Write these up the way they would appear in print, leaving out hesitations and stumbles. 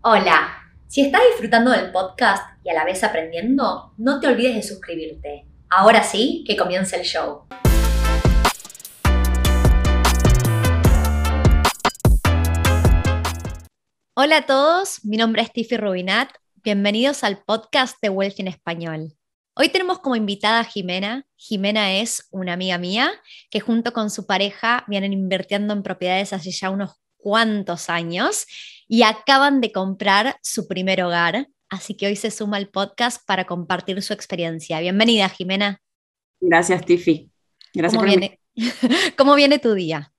Hola, si estás disfrutando del podcast y a la vez aprendiendo, no te olvides de suscribirte. Ahora sí, que comience el show. Hola a todos, mi nombre es Tiffy Rubinat. Bienvenidos al podcast de Wealth en Español. Hoy tenemos como invitada a Jimena. Jimena es una amiga mía que junto con su pareja vienen invirtiendo en propiedades hace ya unos cuantos años y acaban de comprar su primer hogar. Así que hoy se suma al podcast para compartir su experiencia. Bienvenida, Jimena. Gracias, Tiffy. Gracias ¿Cómo por invitarme. viene, cómo viene tu día?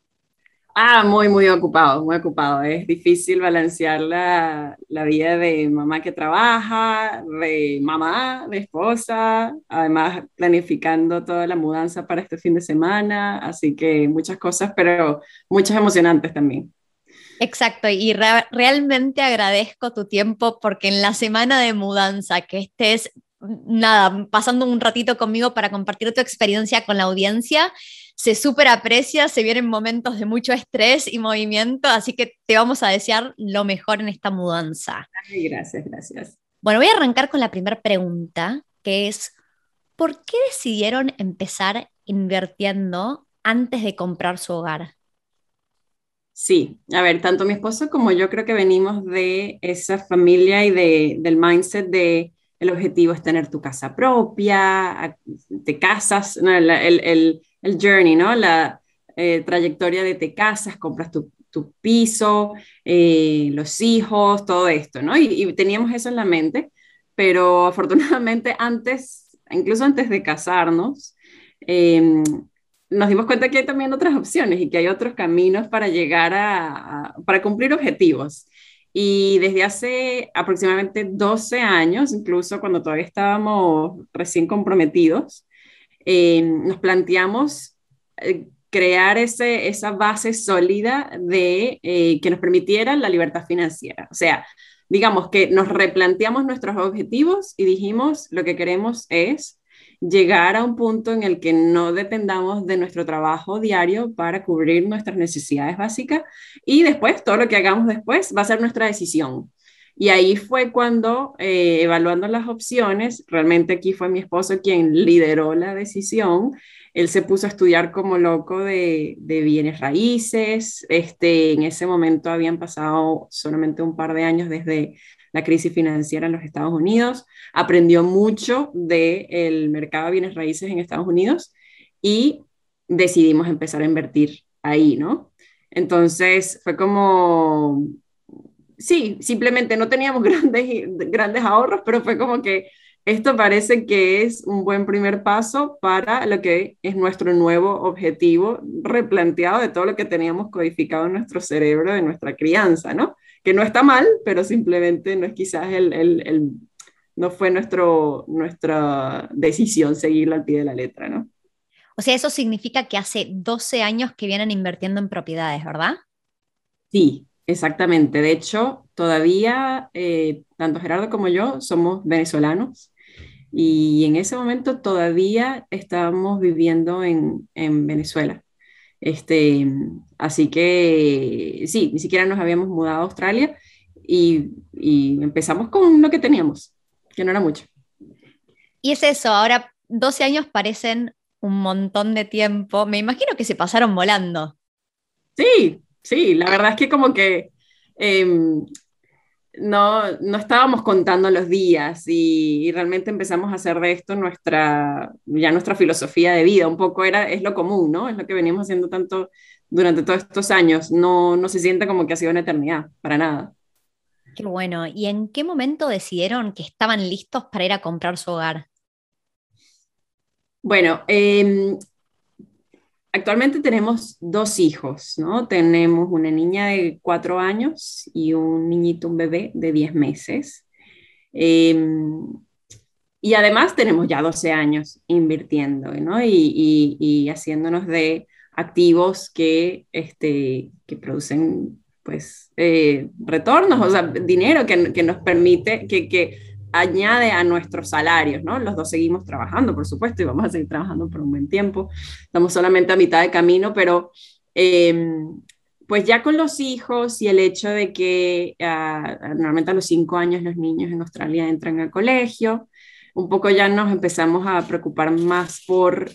Muy ocupado, muy ocupado. Es difícil balancear la vida de mamá que trabaja, de mamá, de esposa, además planificando toda la mudanza para este fin de semana, así que muchas cosas, pero muchas emocionantes también. Exacto, y realmente agradezco tu tiempo porque en la semana de mudanza que estés, nada, pasando un ratito conmigo para compartir tu experiencia con la audiencia, se súper aprecia, se vienen momentos de mucho estrés y movimiento, así que te vamos a desear lo mejor en esta mudanza. Ay, gracias, gracias. Bueno, voy a arrancar con la primera pregunta, que es, ¿por qué decidieron empezar invirtiendo antes de comprar su hogar? Sí, a ver, tanto mi esposo como yo creo que venimos de esa familia y del mindset de el objetivo es tener tu casa propia, te casas, no, el journey, ¿no? La trayectoria de te casas, compras tu piso, los hijos, todo esto, ¿no? Y teníamos eso en la mente, pero afortunadamente antes, incluso antes de casarnos, eh, nos dimos cuenta que hay también otras opciones y que hay otros caminos para llegar para cumplir objetivos. Y desde hace aproximadamente 12 años, incluso cuando todavía estábamos recién comprometidos, nos planteamos crear esa base sólida que nos permitiera la libertad financiera. O sea, digamos que nos replanteamos nuestros objetivos y dijimos, lo que queremos es llegar a un punto en el que no dependamos de nuestro trabajo diario para cubrir nuestras necesidades básicas y después todo lo que hagamos después va a ser nuestra decisión. Y ahí fue cuando, evaluando las opciones, realmente aquí fue mi esposo quien lideró la decisión. Él se puso a estudiar como loco de bienes raíces. En ese momento habían pasado solamente un par de años desde la crisis financiera en los Estados Unidos. Aprendió mucho del mercado de bienes raíces en Estados Unidos y decidimos empezar a invertir ahí, ¿no? Entonces fue como, sí, simplemente no teníamos grandes ahorros, pero fue como que esto parece que es un buen primer paso para lo que es nuestro nuevo objetivo replanteado de todo lo que teníamos codificado en nuestro cerebro de nuestra crianza, ¿no? Que no está mal, pero simplemente no es quizás no fue nuestra decisión seguirlo al pie de la letra, ¿no? O sea, eso significa que hace 12 años que vienen invirtiendo en propiedades, ¿verdad? Sí, exactamente. De hecho, todavía tanto Gerardo como yo somos venezolanos y en ese momento todavía estábamos viviendo en Venezuela. Este, Así que sí, ni siquiera nos habíamos mudado a Australia y empezamos con lo que teníamos, que no era mucho. Y es eso, ahora 12 años parecen un montón de tiempo. Me imagino que se pasaron volando. Sí, sí, la verdad es que como que em, no estábamos contando los días y realmente empezamos a hacer de esto ya nuestra filosofía de vida, un poco es lo común, ¿no? Es lo que venimos haciendo tanto durante todos estos años, no se siente como que ha sido una eternidad, para nada. Qué bueno. ¿Y en qué momento decidieron que estaban listos para ir a comprar su hogar? Bueno, actualmente tenemos dos hijos, ¿no? Tenemos una niña de 4 años y un niñito, un bebé de 10 meses. Em, Y además tenemos ya 12 años invirtiendo, ¿no? Y haciéndonos de activos que producen, pues, retornos, o sea, dinero que nos permite, que añade a nuestros salarios, ¿no? Los dos seguimos trabajando, por supuesto, y vamos a seguir trabajando por un buen tiempo. Estamos solamente a mitad de camino, pero pues ya con los hijos y el hecho de que normalmente a los 5 años los niños en Australia entran al colegio, un poco ya nos empezamos a preocupar más por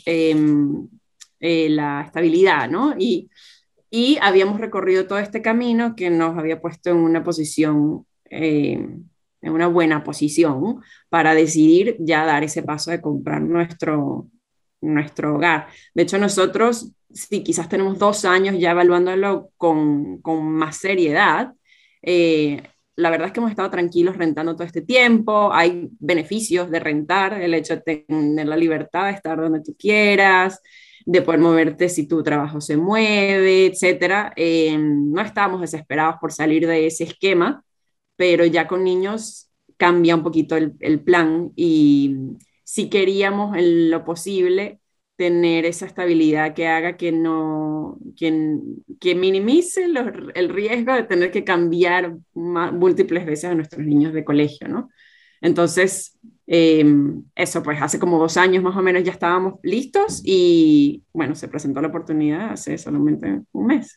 la estabilidad, ¿no? Y habíamos recorrido todo este camino que nos había puesto en una posición, en una buena posición para decidir ya dar ese paso de comprar nuestro hogar. De hecho, nosotros, sí, quizás tenemos 2 años ya evaluándolo con más seriedad. La verdad es que hemos estado tranquilos rentando todo este tiempo. Hay beneficios de rentar, el hecho de tener la libertad de estar donde tú quieras, de poder moverte si tu trabajo se mueve, etcétera. No estábamos desesperados por salir de ese esquema, pero ya con niños cambia un poquito el plan y si queríamos en lo posible tener esa estabilidad que haga que no, que minimice el riesgo de tener que cambiar múltiples veces a nuestros niños de colegio, ¿no? Entonces, eso, pues hace como 2 años más o menos ya estábamos listos y bueno, se presentó la oportunidad hace solamente un mes.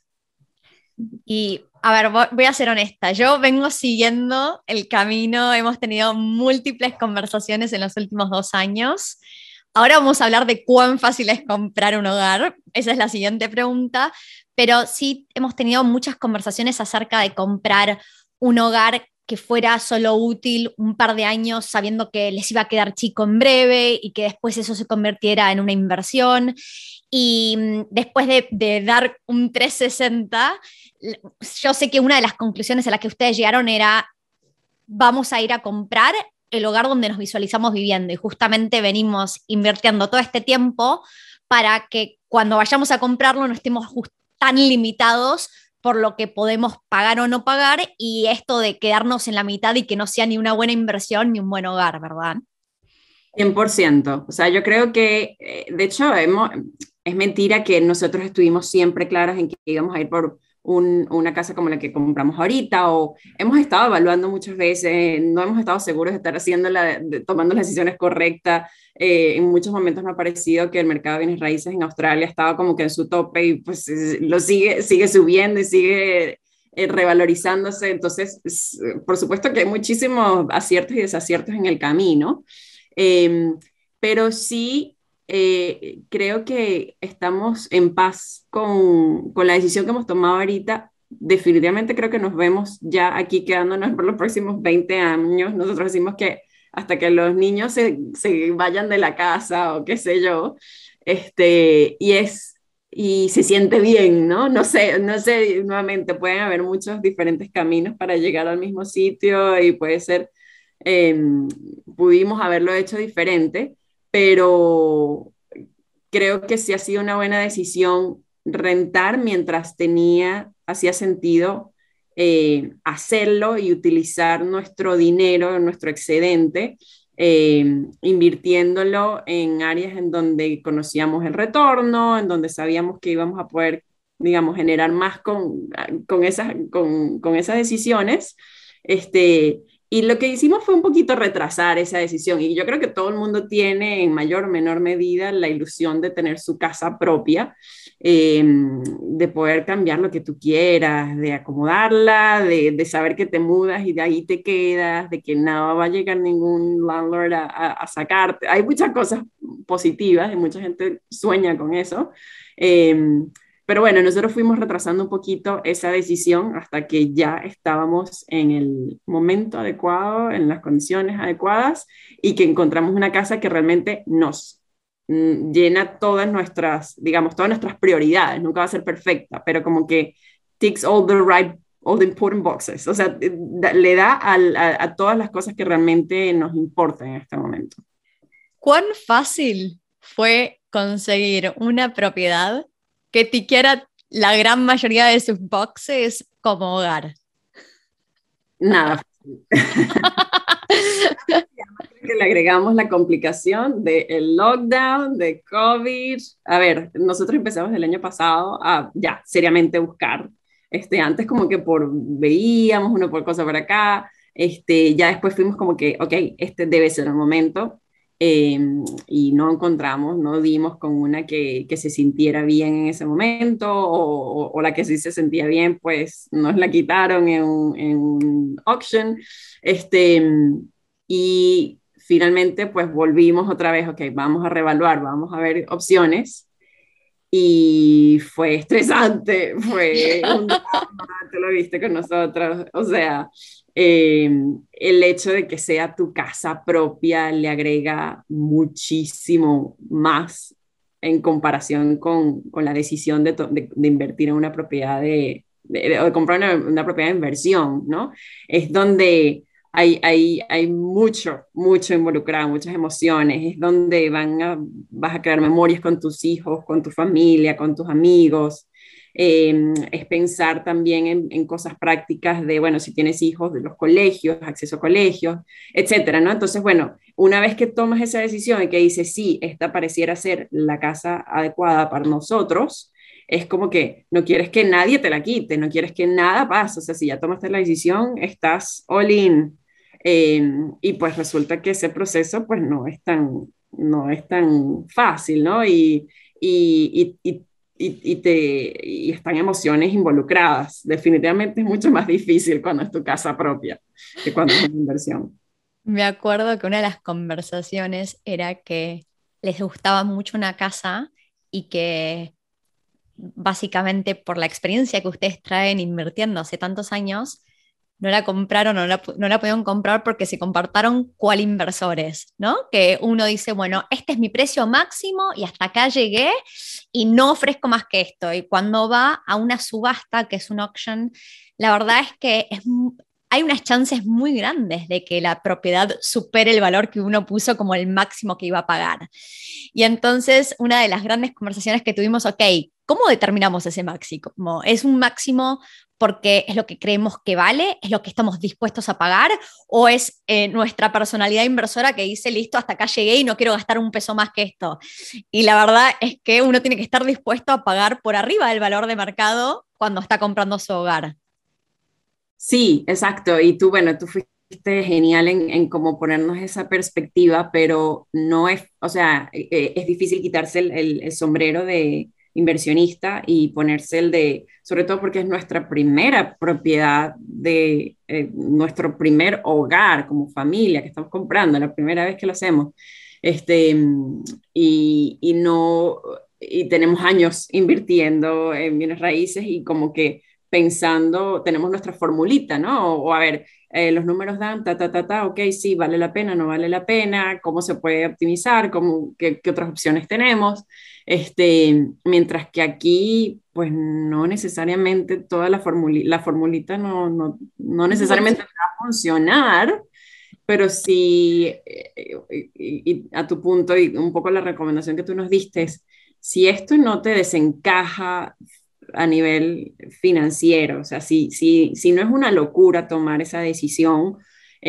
Y a ver, voy a ser honesta, yo vengo siguiendo el camino, hemos tenido múltiples conversaciones en los últimos 2 años. Ahora vamos a hablar de cuán fácil es comprar un hogar, esa es la siguiente pregunta, pero sí hemos tenido muchas conversaciones acerca de comprar un hogar que fuera solo útil un par de años sabiendo que les iba a quedar chico en breve y que después eso se convirtiera en una inversión. Y después de dar un 360, yo sé que una de las conclusiones a las que ustedes llegaron era, vamos a ir a comprar el hogar donde nos visualizamos viviendo y justamente venimos invirtiendo todo este tiempo para que cuando vayamos a comprarlo no estemos tan limitados por lo que podemos pagar o no pagar y esto de quedarnos en la mitad y que no sea ni una buena inversión ni un buen hogar, ¿verdad? 100%. O sea, yo creo que, de hecho, es mentira que nosotros estuvimos siempre claros en que íbamos a ir por una casa como la que compramos ahorita, o hemos estado evaluando muchas veces, no hemos estado seguros de estar tomando las decisiones correctas. En muchos momentos me ha parecido que el mercado de bienes raíces en Australia estaba como que en su tope y pues lo sigue subiendo y sigue revalorizándose. Entonces, por supuesto que hay muchísimos aciertos y desaciertos en el camino. Eh, pero sí creo que estamos en paz con la decisión que hemos tomado ahorita. Definitivamente creo que nos vemos ya aquí quedándonos por los próximos 20 años. Nosotros decimos que hasta que los niños se vayan de la casa o qué sé yo, y se siente bien, ¿no? No sé, nuevamente pueden haber muchos diferentes caminos para llegar al mismo sitio y puede ser eh, pudimos haberlo hecho diferente, pero creo que sí ha sido una buena decisión rentar mientras hacía sentido hacerlo y utilizar nuestro dinero, nuestro excedente, invirtiéndolo en áreas en donde conocíamos el retorno, en donde sabíamos que íbamos a poder, digamos, generar más con esas decisiones. Y lo que hicimos fue un poquito retrasar esa decisión. Y yo creo que todo el mundo tiene en mayor o menor medida la ilusión de tener su casa propia, de poder cambiar lo que tú quieras, de acomodarla, de saber que te mudas y de ahí te quedas, de que no va a llegar ningún landlord a sacarte. Hay muchas cosas positivas y mucha gente sueña con eso. Pero bueno, nosotros fuimos retrasando un poquito esa decisión hasta que ya estábamos en el momento adecuado, en las condiciones adecuadas y que encontramos una casa que realmente nos llena todas nuestras, digamos, todas nuestras prioridades. Nunca va a ser perfecta, pero como que ticks all the important boxes. O sea, le da a todas las cosas que realmente nos importan en este momento. ¿Cuán fácil fue conseguir una propiedad que tiqueara la gran mayoría de sus boxes como hogar? Nada. Que le agregamos la complicación del lockdown, de COVID. A ver, nosotros empezamos el año pasado a ya seriamente buscar. Antes como que veíamos uno por cosa por acá. Ya después fuimos como que, ok, este debe ser el momento. eh, y no encontramos, no dimos con una que se sintiera bien en ese momento, o la que sí se sentía bien, pues nos la quitaron en un auction. Este, y finalmente, pues volvimos otra vez, ok, vamos a reevaluar, vamos a ver opciones. Y fue estresante, fue un drama, tú lo viste con nosotros, o sea, eh, el hecho de que sea tu casa propia le agrega muchísimo más en comparación con la decisión de invertir en una propiedad o de comprar una propiedad de inversión, ¿no? Es donde hay mucho, mucho involucrado, muchas emociones, es donde vas a crear memorias con tus hijos, con tu familia, con tus amigos. Es pensar también en cosas prácticas de, bueno, si tienes hijos, de los colegios, acceso a colegios, etcétera, ¿no? Entonces, bueno, una vez que tomas esa decisión y que dices, sí, esta pareciera ser la casa adecuada para nosotros, es como que no quieres que nadie te la quite, no quieres que nada pase, o sea, si ya tomaste la decisión, estás all in. Y pues resulta que ese proceso pues no es tan fácil, ¿no? Y están emociones involucradas. Definitivamente es mucho más difícil cuando es tu casa propia que cuando es una inversión. Me acuerdo que una de las conversaciones era que les gustaba mucho una casa y que básicamente por la experiencia que ustedes traen invirtiendo hace tantos años, no la compraron o no la pudieron comprar porque se comportaron cual inversores, ¿no? Que uno dice, bueno, este es mi precio máximo y hasta acá llegué y no ofrezco más que esto. Y cuando va a una subasta, que es un auction, la verdad es que hay unas chances muy grandes de que la propiedad supere el valor que uno puso como el máximo que iba a pagar. Y entonces una de las grandes conversaciones que tuvimos, ok, ¿cómo determinamos ese máximo? ¿Es un máximo porque es lo que creemos que vale, es lo que estamos dispuestos a pagar, o es nuestra personalidad inversora que dice, listo, hasta acá llegué y no quiero gastar un peso más que esto? Y la verdad es que uno tiene que estar dispuesto a pagar por arriba del valor de mercado cuando está comprando su hogar. Sí, exacto. Y tú, bueno, tú fuiste genial en cómo ponernos esa perspectiva, pero no es, o sea, es difícil quitarse el sombrero de inversionista y ponerse el de, sobre todo porque es nuestra primera propiedad de nuestro primer hogar como familia que estamos comprando, la primera vez que lo hacemos. Este, y no, y tenemos años invirtiendo en bienes raíces y como que pensando, tenemos nuestra formulita, ¿no? O a ver, los números dan, ok, sí, vale la pena, no vale la pena, cómo se puede optimizar, qué otras opciones tenemos. Mientras que aquí, pues no necesariamente toda la formulita no No necesariamente va funciona. a funcionar, pero sí, y a tu punto y un poco la recomendación que tú nos diste es, si esto no te desencaja a nivel financiero, o sea, si no es una locura tomar esa decisión,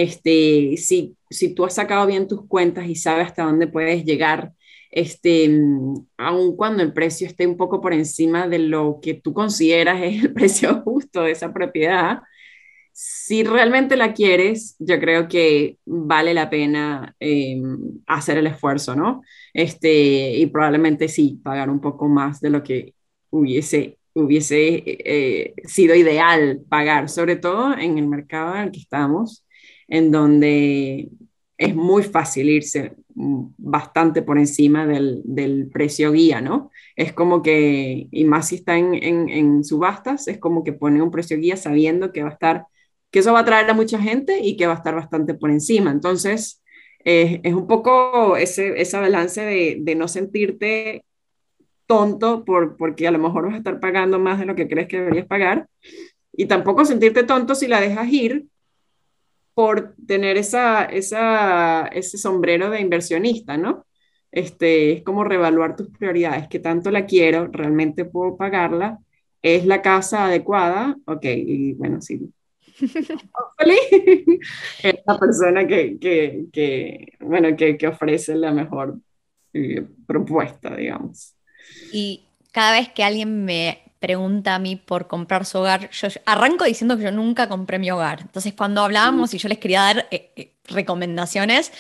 si tú has sacado bien tus cuentas y sabes hasta dónde puedes llegar, aun cuando el precio esté un poco por encima de lo que tú consideras es el precio justo de esa propiedad, si realmente la quieres, yo creo que vale la pena hacer el esfuerzo, ¿no? Y probablemente sí, pagar un poco más de lo que hubiese sido ideal pagar, sobre todo en el mercado en el que estamos, en donde es muy fácil irse bastante por encima del precio guía, ¿no? Es como que, y más si está en subastas, es como que pone un precio guía sabiendo que va a estar, que eso va a atraer a mucha gente y que va a estar bastante por encima. Entonces, es un poco esa balance de no sentirte tonto porque a lo mejor vas a estar pagando más de lo que crees que deberías pagar y tampoco sentirte tonto si la dejas ir por tener ese sombrero de inversionista, ¿no? Es como reevaluar tus prioridades, qué tanto la quiero, realmente puedo pagarla, es la casa adecuada, ok, y bueno, sí, hopefully, es la persona bueno, que ofrece la mejor propuesta, digamos. Y cada vez que alguien me pregunta a mí por comprar su hogar, yo arranco diciendo que yo nunca compré mi hogar. Entonces, cuando hablábamos y yo les quería dar recomendaciones,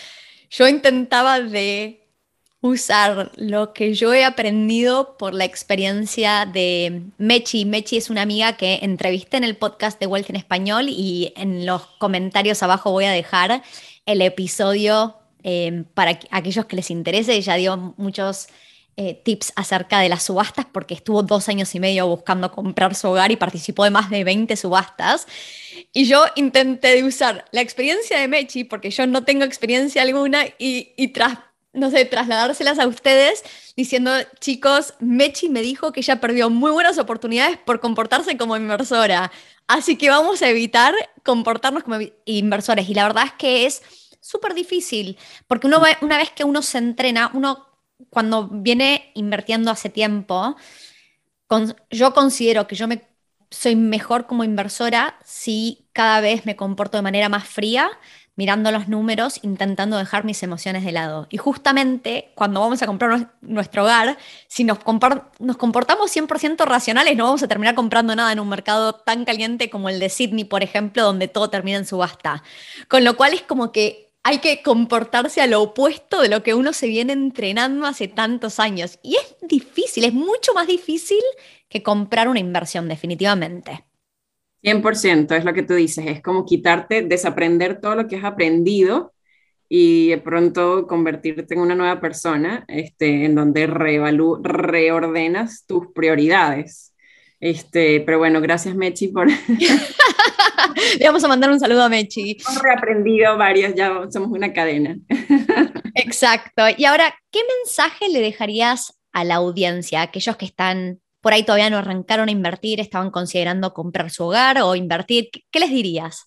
Yo intentaba de usar lo que yo he aprendido por la experiencia de Mechi. Mechi es una amiga que entrevisté en el podcast de Wealth en Español y en los comentarios abajo voy a dejar el episodio para aquellos que les interese. Ella dio muchos tips acerca de las subastas porque estuvo 2 años y medio buscando comprar su hogar y participó de más de 20 subastas. Y yo intenté de usar la experiencia de Mechi, porque yo no tengo experiencia alguna, y tras, no sé, trasladárselas a ustedes diciendo, chicos, Mechi me dijo que ella perdió muy buenas oportunidades por comportarse como inversora. Así que vamos a evitar comportarnos como inversores. Y la verdad es que es súper difícil, porque una vez que uno se entrena, uno cuando viene invirtiendo hace tiempo, yo considero que soy mejor como inversora si cada vez me comporto de manera más fría, mirando los números, intentando dejar mis emociones de lado. Y justamente cuando vamos a comprar nuestro hogar, si nos comportamos 100% racionales, no vamos a terminar comprando nada en un mercado tan caliente como el de Sydney, por ejemplo, donde todo termina en subasta. Con lo cual es como que hay que comportarse a lo opuesto de lo que uno se viene entrenando hace tantos años. Y es difícil, es mucho más difícil que comprar una inversión, definitivamente. 100% es lo que tú dices, es como quitarte, desaprender todo lo que has aprendido y de pronto convertirte en una nueva persona, en donde reordenas tus prioridades. Pero bueno, gracias Mechi por... Le vamos a mandar un saludo a Mechi. Hemos reaprendido varias, ya somos una cadena. Exacto. Y ahora, ¿qué mensaje le dejarías a la audiencia, a aquellos que están por ahí todavía no arrancaron a invertir, estaban considerando comprar su hogar o invertir? ¿Qué les dirías?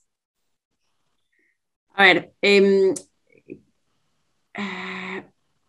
A ver, ah,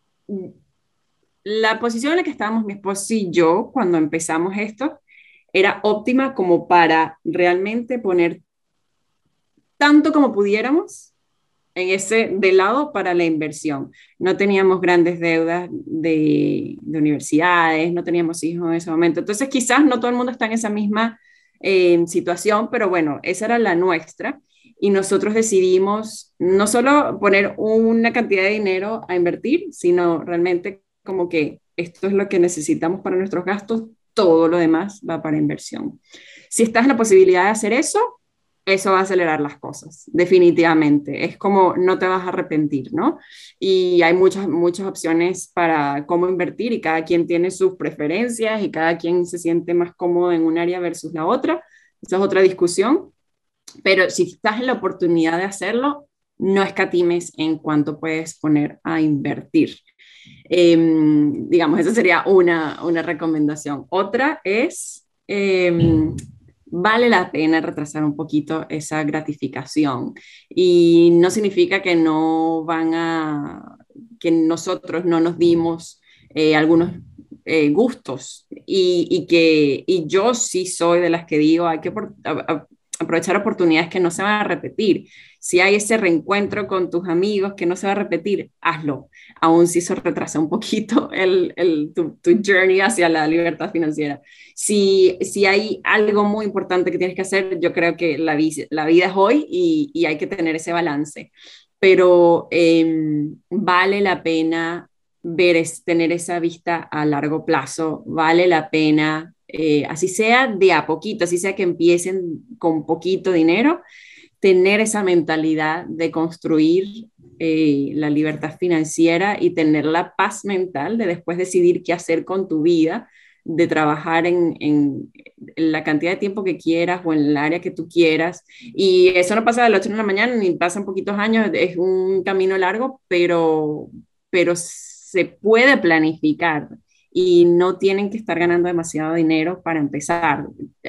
la posición en la que estábamos mi esposo y yo cuando empezamos esto era óptima como para realmente poner tanto como pudiéramos en ese de lado para la inversión. No teníamos grandes deudas de universidades, no teníamos hijos en ese momento. Entonces quizás no todo el mundo está en esa misma situación, pero bueno, esa era la nuestra. Y nosotros decidimos no solo poner una cantidad de dinero a invertir, sino realmente como que esto es lo que necesitamos para nuestros gastos, todo lo demás va para inversión. Si estás en la posibilidad de hacer eso va a acelerar las cosas, definitivamente. Es como no te vas a arrepentir, ¿no? Y hay muchas opciones para cómo invertir y cada quien tiene sus preferencias y cada quien se siente más cómodo en un área versus la otra. Esa es otra discusión. Pero si estás en la oportunidad de hacerlo, no escatimes en cuánto puedes poner a invertir. Digamos, esa sería una recomendación. Otra es vale la pena retrasar un poquito esa gratificación. Y no significa que que nosotros no nos dimos algunos gustos y yo sí soy de las que digo, hay que aprovechar oportunidades que no se van a repetir. Si hay ese reencuentro con tus amigos que no se va a repetir, hazlo, aun si eso retrasa un poquito tu journey hacia la libertad financiera. Si hay algo muy importante que tienes que hacer, yo creo que la vida es hoy y hay que tener ese balance. Pero vale la pena tener esa vista a largo plazo, vale la pena, así sea de a poquito, así sea que empiecen con poquito dinero, tener esa mentalidad de construir la libertad financiera y tener la paz mental de después decidir qué hacer con tu vida, de trabajar en la cantidad de tiempo que quieras o en el área que tú quieras. Y eso no pasa de la noche a la mañana, ni pasan poquitos años, es un camino largo, pero se puede planificar y no tienen que estar ganando demasiado dinero para empezar.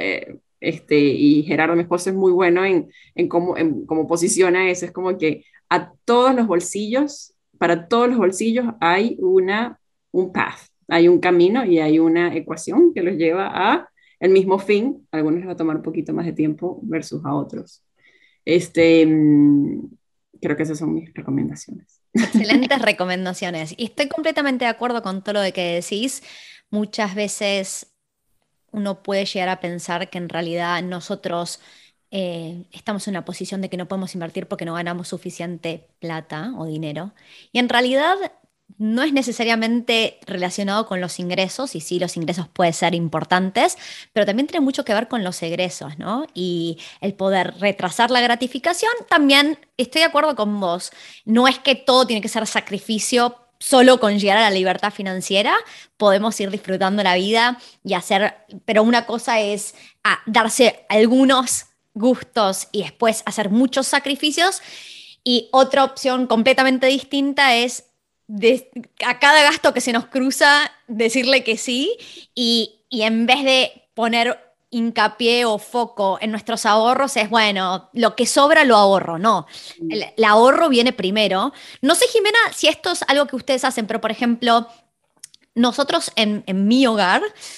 Y Gerardo, mi esposo, es muy bueno en cómo posiciona eso. Es como que a todos los bolsillos, para todos los bolsillos hay un path, hay un camino y hay una ecuación que los lleva a el mismo fin. A algunos les va a tomar un poquito más de tiempo versus a otros. Este, mm, Creo que esas son mis recomendaciones. Excelentes recomendaciones. Y estoy completamente de acuerdo con todo lo de que decís. Muchas veces uno puede llegar a pensar que en realidad nosotros estamos en una posición de que no podemos invertir porque no ganamos suficiente plata o dinero. Y en realidad no es necesariamente relacionado con los ingresos, y sí, los ingresos pueden ser importantes, pero también tiene mucho que ver con los egresos, ¿no? Y el poder retrasar la gratificación, también estoy de acuerdo con vos. No es que todo tiene que ser sacrificio. Solo con llegar a la libertad financiera podemos ir disfrutando la vida y hacer, pero una cosa es darse algunos gustos y después hacer muchos sacrificios. Y otra opción completamente distinta es a cada gasto que se nos cruza decirle que sí y en vez de poner hincapié o foco en nuestros ahorros es, bueno, lo que sobra lo ahorro, no. El ahorro viene primero. No sé, Jimena, si esto es algo que ustedes hacen, pero por ejemplo, nosotros en mi hogar,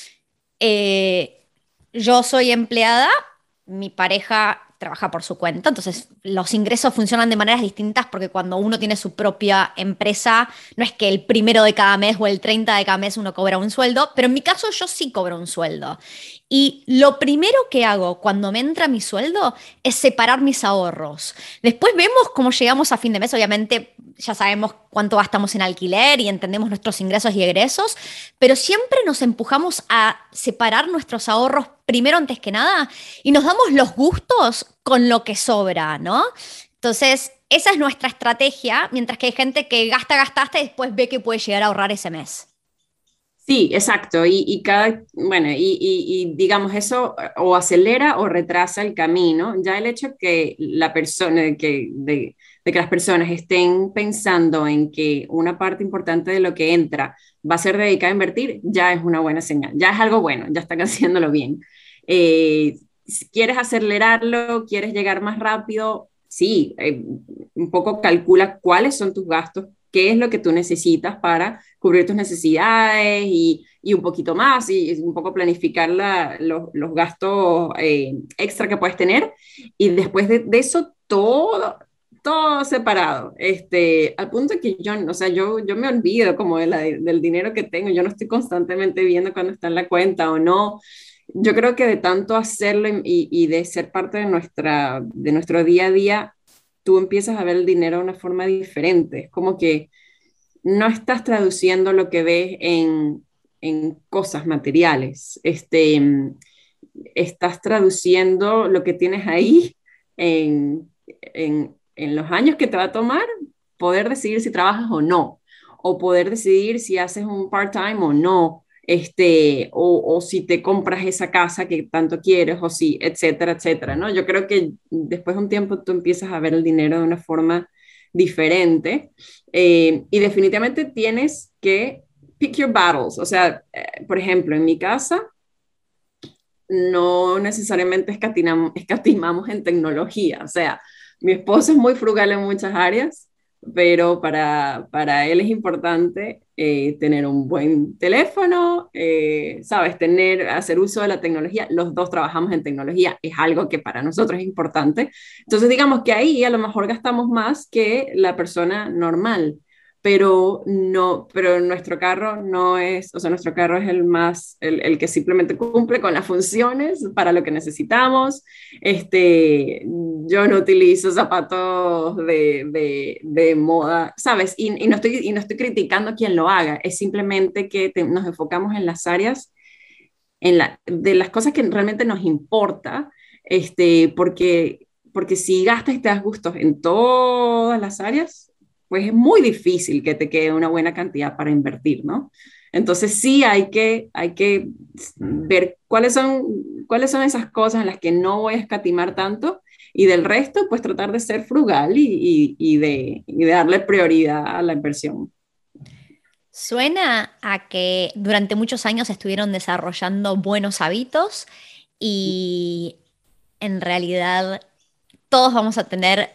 eh, yo soy empleada, mi pareja trabaja por su cuenta, entonces los ingresos funcionan de maneras distintas porque cuando uno tiene su propia empresa, no es que el primero de cada mes o el 30 de cada mes uno cobra un sueldo, pero en mi caso yo sí cobro un sueldo. Y lo primero que hago cuando me entra mi sueldo es separar mis ahorros. Después vemos cómo llegamos a fin de mes, obviamente ya sabemos cuánto gastamos en alquiler y entendemos nuestros ingresos y egresos, pero siempre nos empujamos a separar nuestros ahorros primero antes que nada y nos damos los gustos con lo que sobra, ¿no? Entonces, esa es nuestra estrategia, mientras que hay gente que gastaste y después ve que puede llegar a ahorrar ese mes. Sí, exacto. Bueno, y digamos eso o acelera o retrasa el camino. Ya el hecho que la persona, de que las personas estén pensando en que una parte importante de lo que entra va a ser dedicada a invertir, ya es una buena señal. Ya es algo bueno, ya están haciéndolo bien. Si quieres acelerarlo, quieres llegar más rápido, sí, un poco calcula cuáles son tus gastos, qué es lo que tú necesitas para cubrir tus necesidades y un poquito más, y un poco planificar los gastos extra que puedes tener, y después de eso todo separado, al punto que yo, o sea, yo me olvido como del dinero que tengo, yo no estoy constantemente viendo cuando está en la cuenta o no. Yo creo que de tanto hacerlo y de ser parte de nuestro día a día, tú empiezas a ver el dinero de una forma diferente. Es como que no estás traduciendo lo que ves en cosas materiales. Estás traduciendo lo que tienes ahí en los años que te va a tomar poder decidir si trabajas o no, o poder decidir si haces un part-time o no, o si te compras esa casa que tanto quieres, o si, etcétera, etcétera, ¿no? Yo creo que después de un tiempo tú empiezas a ver el dinero de una forma diferente, y definitivamente tienes que pick your battles. O sea, por ejemplo, en mi casa no necesariamente escatimamos en tecnología. O sea, mi esposo es muy frugal en muchas áreas, pero para él es importante tener un buen teléfono, ¿sabes? Hacer uso de la tecnología. Los dos trabajamos en tecnología, es algo que para nosotros es importante. Entonces, digamos que ahí a lo mejor gastamos más que la persona normal, pero no, pero nuestro carro no es, o sea, nuestro carro es el que simplemente cumple con las funciones para lo que necesitamos. Yo no utilizo zapatos de moda, ¿sabes? Y no estoy criticando a quien lo haga, es simplemente que nos enfocamos en las áreas, de las cosas que realmente nos importa, porque si gastas y te das gustos en todas las áreas, pues es muy difícil que te quede una buena cantidad para invertir, ¿no? Entonces sí hay que ver cuáles son esas cosas en las que no voy a escatimar tanto, y del resto, pues tratar de ser frugal y de darle prioridad a la inversión. Suena a que durante muchos años estuvieron desarrollando buenos hábitos y en realidad todos vamos a tener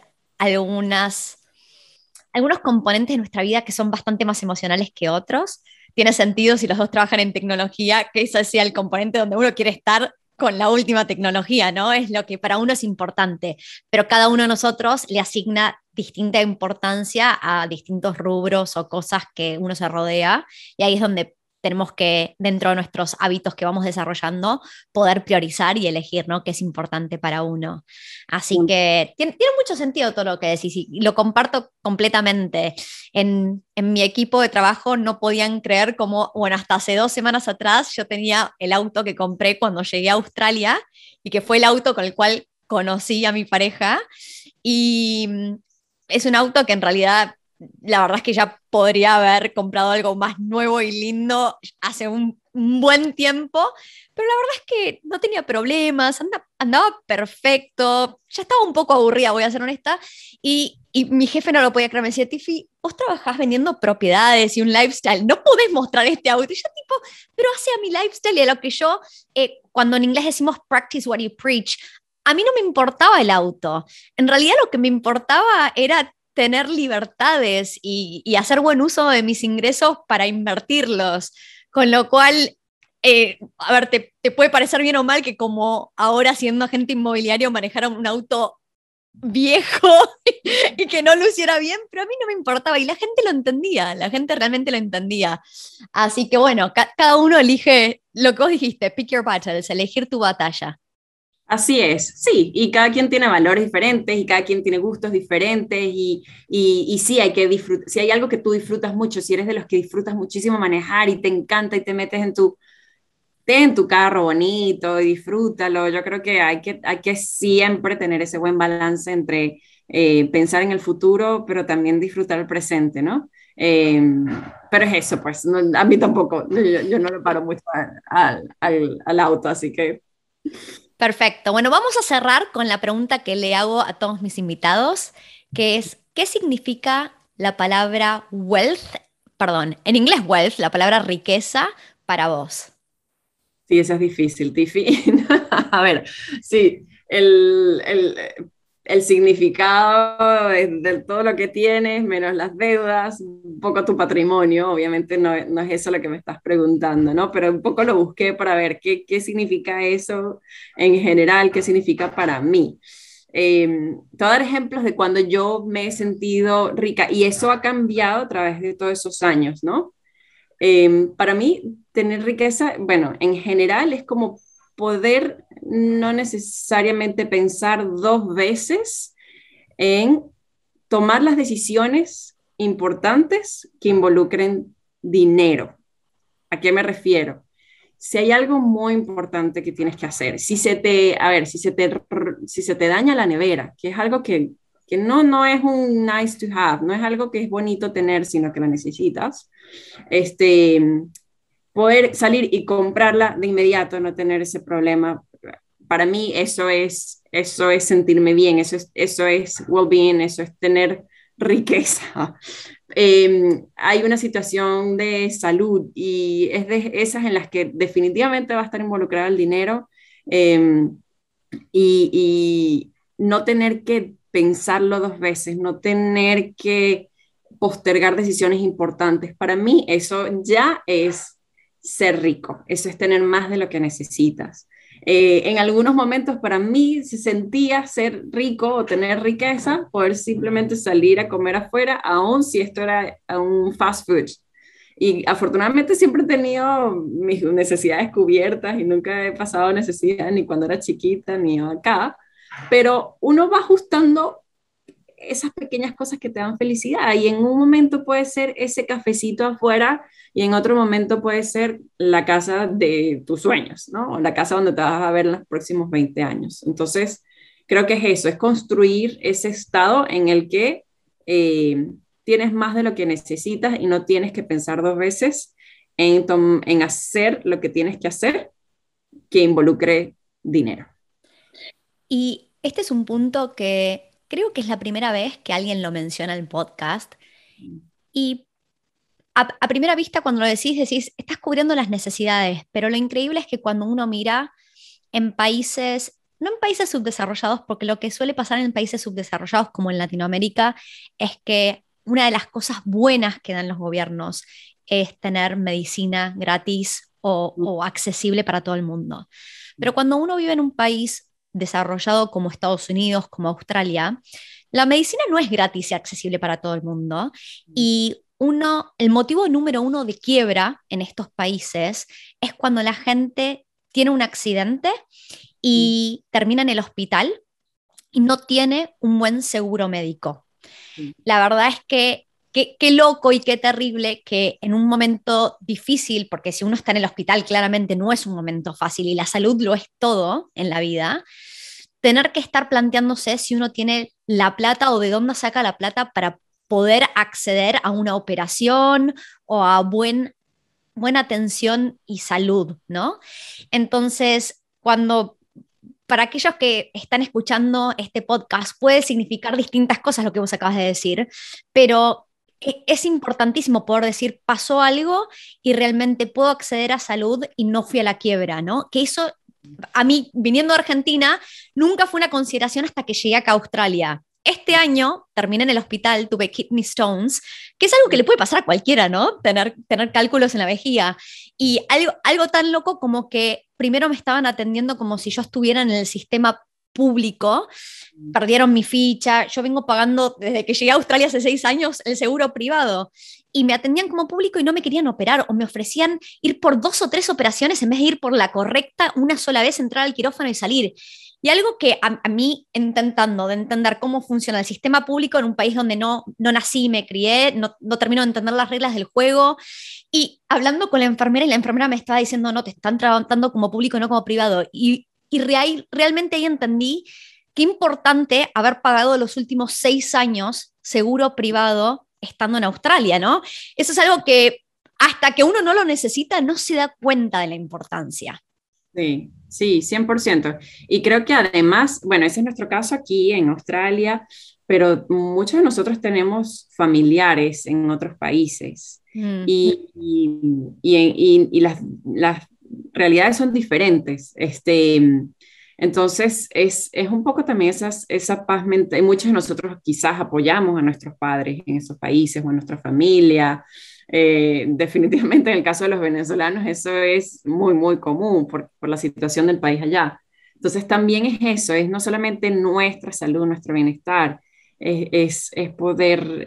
algunos componentes de nuestra vida que son bastante más emocionales que otros. Tiene sentido si los dos trabajan en tecnología, que ese sea el componente donde uno quiere estar con la última tecnología, ¿no? Es lo que para uno es importante, pero cada uno de nosotros le asigna distinta importancia a distintos rubros o cosas que uno se rodea, y ahí es donde tenemos que, dentro de nuestros hábitos que vamos desarrollando, poder priorizar y elegir, ¿no? Qué es importante para uno. Así que tiene mucho sentido todo lo que decís y lo comparto completamente. En mi equipo de trabajo no podían creer cómo, bueno, hasta hace 2 semanas atrás yo tenía el auto que compré cuando llegué a Australia y que fue el auto con el cual conocí a mi pareja. Y es un auto que en realidad la verdad es que ya podría haber comprado algo más nuevo y lindo hace un buen tiempo, pero la verdad es que no tenía problemas, andaba perfecto, ya estaba un poco aburrida, voy a ser honesta, y mi jefe no lo podía creer, me decía, Tiffy, vos trabajás vendiendo propiedades y un lifestyle, no podés mostrar este auto, y yo tipo, pero hacia mi lifestyle y a lo que yo, cuando en inglés decimos practice what you preach, a mí no me importaba el auto, en realidad lo que me importaba era tener libertades y hacer buen uso de mis ingresos para invertirlos. Con lo cual, a ver, te puede parecer bien o mal que como ahora siendo agente inmobiliario manejara un auto viejo y que no luciera bien, pero a mí no me importaba y la gente lo entendía, la gente realmente lo entendía. Así que bueno, cada uno elige lo que vos dijiste, pick your battles, elegir tu batalla. Así es, sí, y cada quien tiene valores diferentes y cada quien tiene gustos diferentes y sí, hay que disfrutar, si hay algo que tú disfrutas mucho, si eres de los que disfrutas muchísimo manejar y te encanta y te metes en tu carro bonito y disfrútalo, yo creo que hay que siempre tener ese buen balance entre pensar en el futuro, pero también disfrutar el presente, ¿no? Eh, pero es eso, pues, a mí tampoco, yo no le paro mucho al auto, así que... Perfecto. Bueno, vamos a cerrar con la pregunta que le hago a todos mis invitados, que es, ¿qué significa la palabra wealth? Perdón, en inglés wealth, la palabra riqueza para vos. Sí, esa es difícil, Tiffy. A ver, sí, el significado de todo lo que tienes, menos las deudas, un poco tu patrimonio, obviamente no es eso lo que me estás preguntando, ¿no? Pero un poco lo busqué para ver qué significa eso en general, qué significa para mí. Te voy a dar ejemplos de cuando yo me he sentido rica y eso ha cambiado a través de todos esos años, ¿no? Para mí, tener riqueza, bueno, en general es como poder no necesariamente pensar dos veces en tomar las decisiones importantes que involucren dinero. ¿A qué me refiero? Si hay algo muy importante que tienes que hacer, si se te daña la nevera, que es algo que no es un nice to have, no es algo que es bonito tener, sino que lo necesitas, este, poder salir y comprarla de inmediato, no tener ese problema. Para mí eso es sentirme bien, eso es well-being, eso es tener riqueza. Hay una situación de salud y es de esas en las que definitivamente va a estar involucrado el dinero y no tener que pensarlo dos veces, no tener que postergar decisiones importantes. Para mí eso ya es ser rico, eso es tener más de lo que necesitas. En algunos momentos para mí se sentía ser rico o tener riqueza, poder simplemente salir a comer afuera, aun si esto era un fast food. Y afortunadamente siempre he tenido mis necesidades cubiertas y nunca he pasado necesidad ni cuando era chiquita ni acá, pero uno va ajustando esas pequeñas cosas que te dan felicidad y en un momento puede ser ese cafecito afuera y en otro momento puede ser la casa de tus sueños, ¿no? O la casa donde te vas a ver en los próximos 20 años. Entonces, creo que es eso, es construir ese estado en el que tienes más de lo que necesitas y no tienes que pensar dos veces en hacer lo que tienes que hacer que involucre dinero. Y este es un punto que creo que es la primera vez que alguien lo menciona en el podcast. Y a primera vista, cuando lo decís, estás cubriendo las necesidades, pero lo increíble es que cuando uno mira en países, no en países subdesarrollados, porque lo que suele pasar en países subdesarrollados como en Latinoamérica es que una de las cosas buenas que dan los gobiernos es tener medicina gratis o accesible para todo el mundo. Pero cuando uno vive en un país desarrollado como Estados Unidos, como Australia, la medicina no es gratis y accesible para todo el mundo. Y el motivo número uno de quiebra en estos países es cuando la gente tiene un accidente y termina en el hospital y no tiene un buen seguro médico. La verdad es que qué loco y qué terrible que en un momento difícil, porque si uno está en el hospital claramente no es un momento fácil y la salud lo es todo en la vida, tener que estar planteándose si uno tiene la plata o de dónde saca la plata para poder acceder a una operación o a buena atención y salud, ¿no? Entonces, para aquellos que están escuchando este podcast, puede significar distintas cosas lo que vos acabas de decir, pero es importantísimo poder decir, pasó algo y realmente puedo acceder a salud y no fui a la quiebra, ¿no? Que eso, a mí, viniendo de Argentina, nunca fue una consideración hasta que llegué acá a Australia. Este año terminé en el hospital, tuve kidney stones, que es algo que le puede pasar a cualquiera, ¿no? Tener cálculos en la vejiga. Y algo tan loco como que primero me estaban atendiendo como si yo estuviera en el sistema público, perdieron mi ficha, yo vengo pagando desde que llegué a Australia hace 6 años el seguro privado y me atendían como público y no me querían operar o me ofrecían ir por 2 o 3 operaciones en vez de ir por la correcta una sola vez, entrar al quirófano y salir. Y algo que a mí, intentando de entender cómo funciona el sistema público en un país donde no nací, me crié, no termino de entender las reglas del juego, y hablando con la enfermera, y la enfermera me estaba diciendo, no, te están tratando como público, no como privado. Realmente ahí entendí qué importante haber pagado los últimos 6 años seguro privado estando en Australia, ¿no? Eso es algo que hasta que uno no lo necesita, no se da cuenta de la importancia. Sí, sí, 100%. Y creo que además, bueno, ese es nuestro caso aquí en Australia, pero muchos de nosotros tenemos familiares en otros países Mm. y las realidades son diferentes. Entonces, es un poco también esa paz mental. Y muchos de nosotros quizás apoyamos a nuestros padres en esos países o a nuestra familia. Definitivamente en el caso de los venezolanos eso es muy, muy común por la situación del país allá. Entonces también es eso, es no solamente nuestra salud, nuestro bienestar, es poder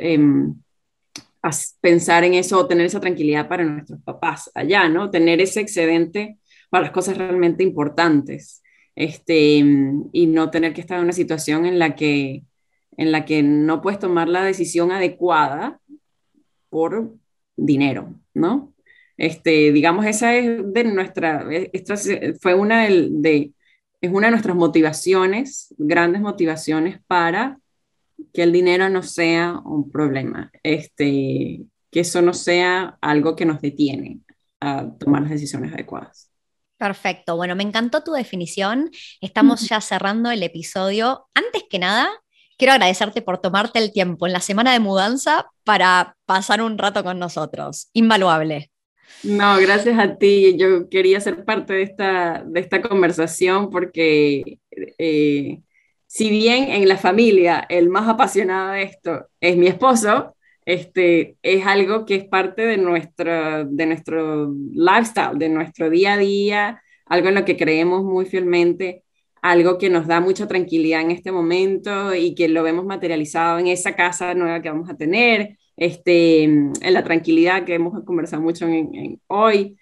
pensar en eso o tener esa tranquilidad para nuestros papás allá, ¿no? Tener ese excedente para las cosas realmente importantes, y no tener que estar en una situación en la que no puedes tomar la decisión adecuada por dinero, ¿no? Digamos, esa es de nuestra, esta fue es una de nuestras motivaciones, grandes motivaciones para que el dinero no sea un problema, que eso no sea algo que nos detiene a tomar las decisiones adecuadas. Perfecto. Bueno, me encantó tu definición. Estamos ya cerrando el episodio. Antes que nada, quiero agradecerte por tomarte el tiempo en la semana de mudanza para pasar un rato con nosotros. Invaluable. No, gracias a ti. Yo quería ser parte de esta conversación porque si bien en la familia el más apasionado de esto es mi esposo, es algo que es parte de nuestro lifestyle, de nuestro día a día, algo en lo que creemos muy fielmente, algo que nos da mucha tranquilidad en este momento y que lo vemos materializado en esa casa nueva que vamos a tener, en la tranquilidad que hemos conversado mucho en hoy.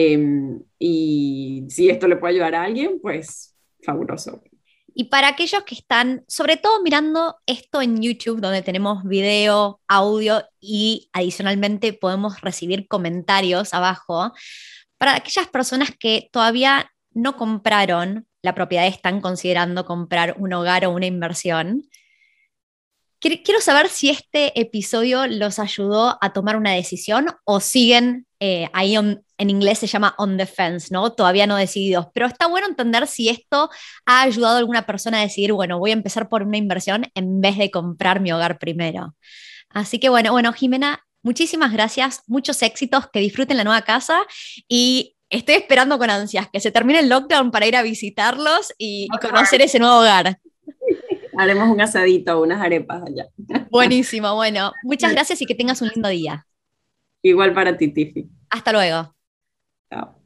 Y si esto le puede ayudar a alguien, pues fabuloso. Y para aquellos que están, sobre todo mirando esto en YouTube, donde tenemos video, audio y adicionalmente podemos recibir comentarios abajo, para aquellas personas que todavía no compraron la propiedad, están considerando comprar un hogar o una inversión, quiero saber si este episodio los ayudó a tomar una decisión o siguen ahí en inglés se llama on the fence, ¿no? Todavía no decididos. Pero está bueno entender si esto ha ayudado a alguna persona a decidir, bueno, voy a empezar por una inversión en vez de comprar mi hogar primero. Así que bueno, Jimena, muchísimas gracias, muchos éxitos, que disfruten la nueva casa y estoy esperando con ansias que se termine el lockdown para ir a visitarlos y conocer ese nuevo hogar. Haremos un asadito, unas arepas allá. Buenísimo, bueno, muchas gracias y que tengas un lindo día. Igual para ti, Tiffy. Hasta luego. Chao.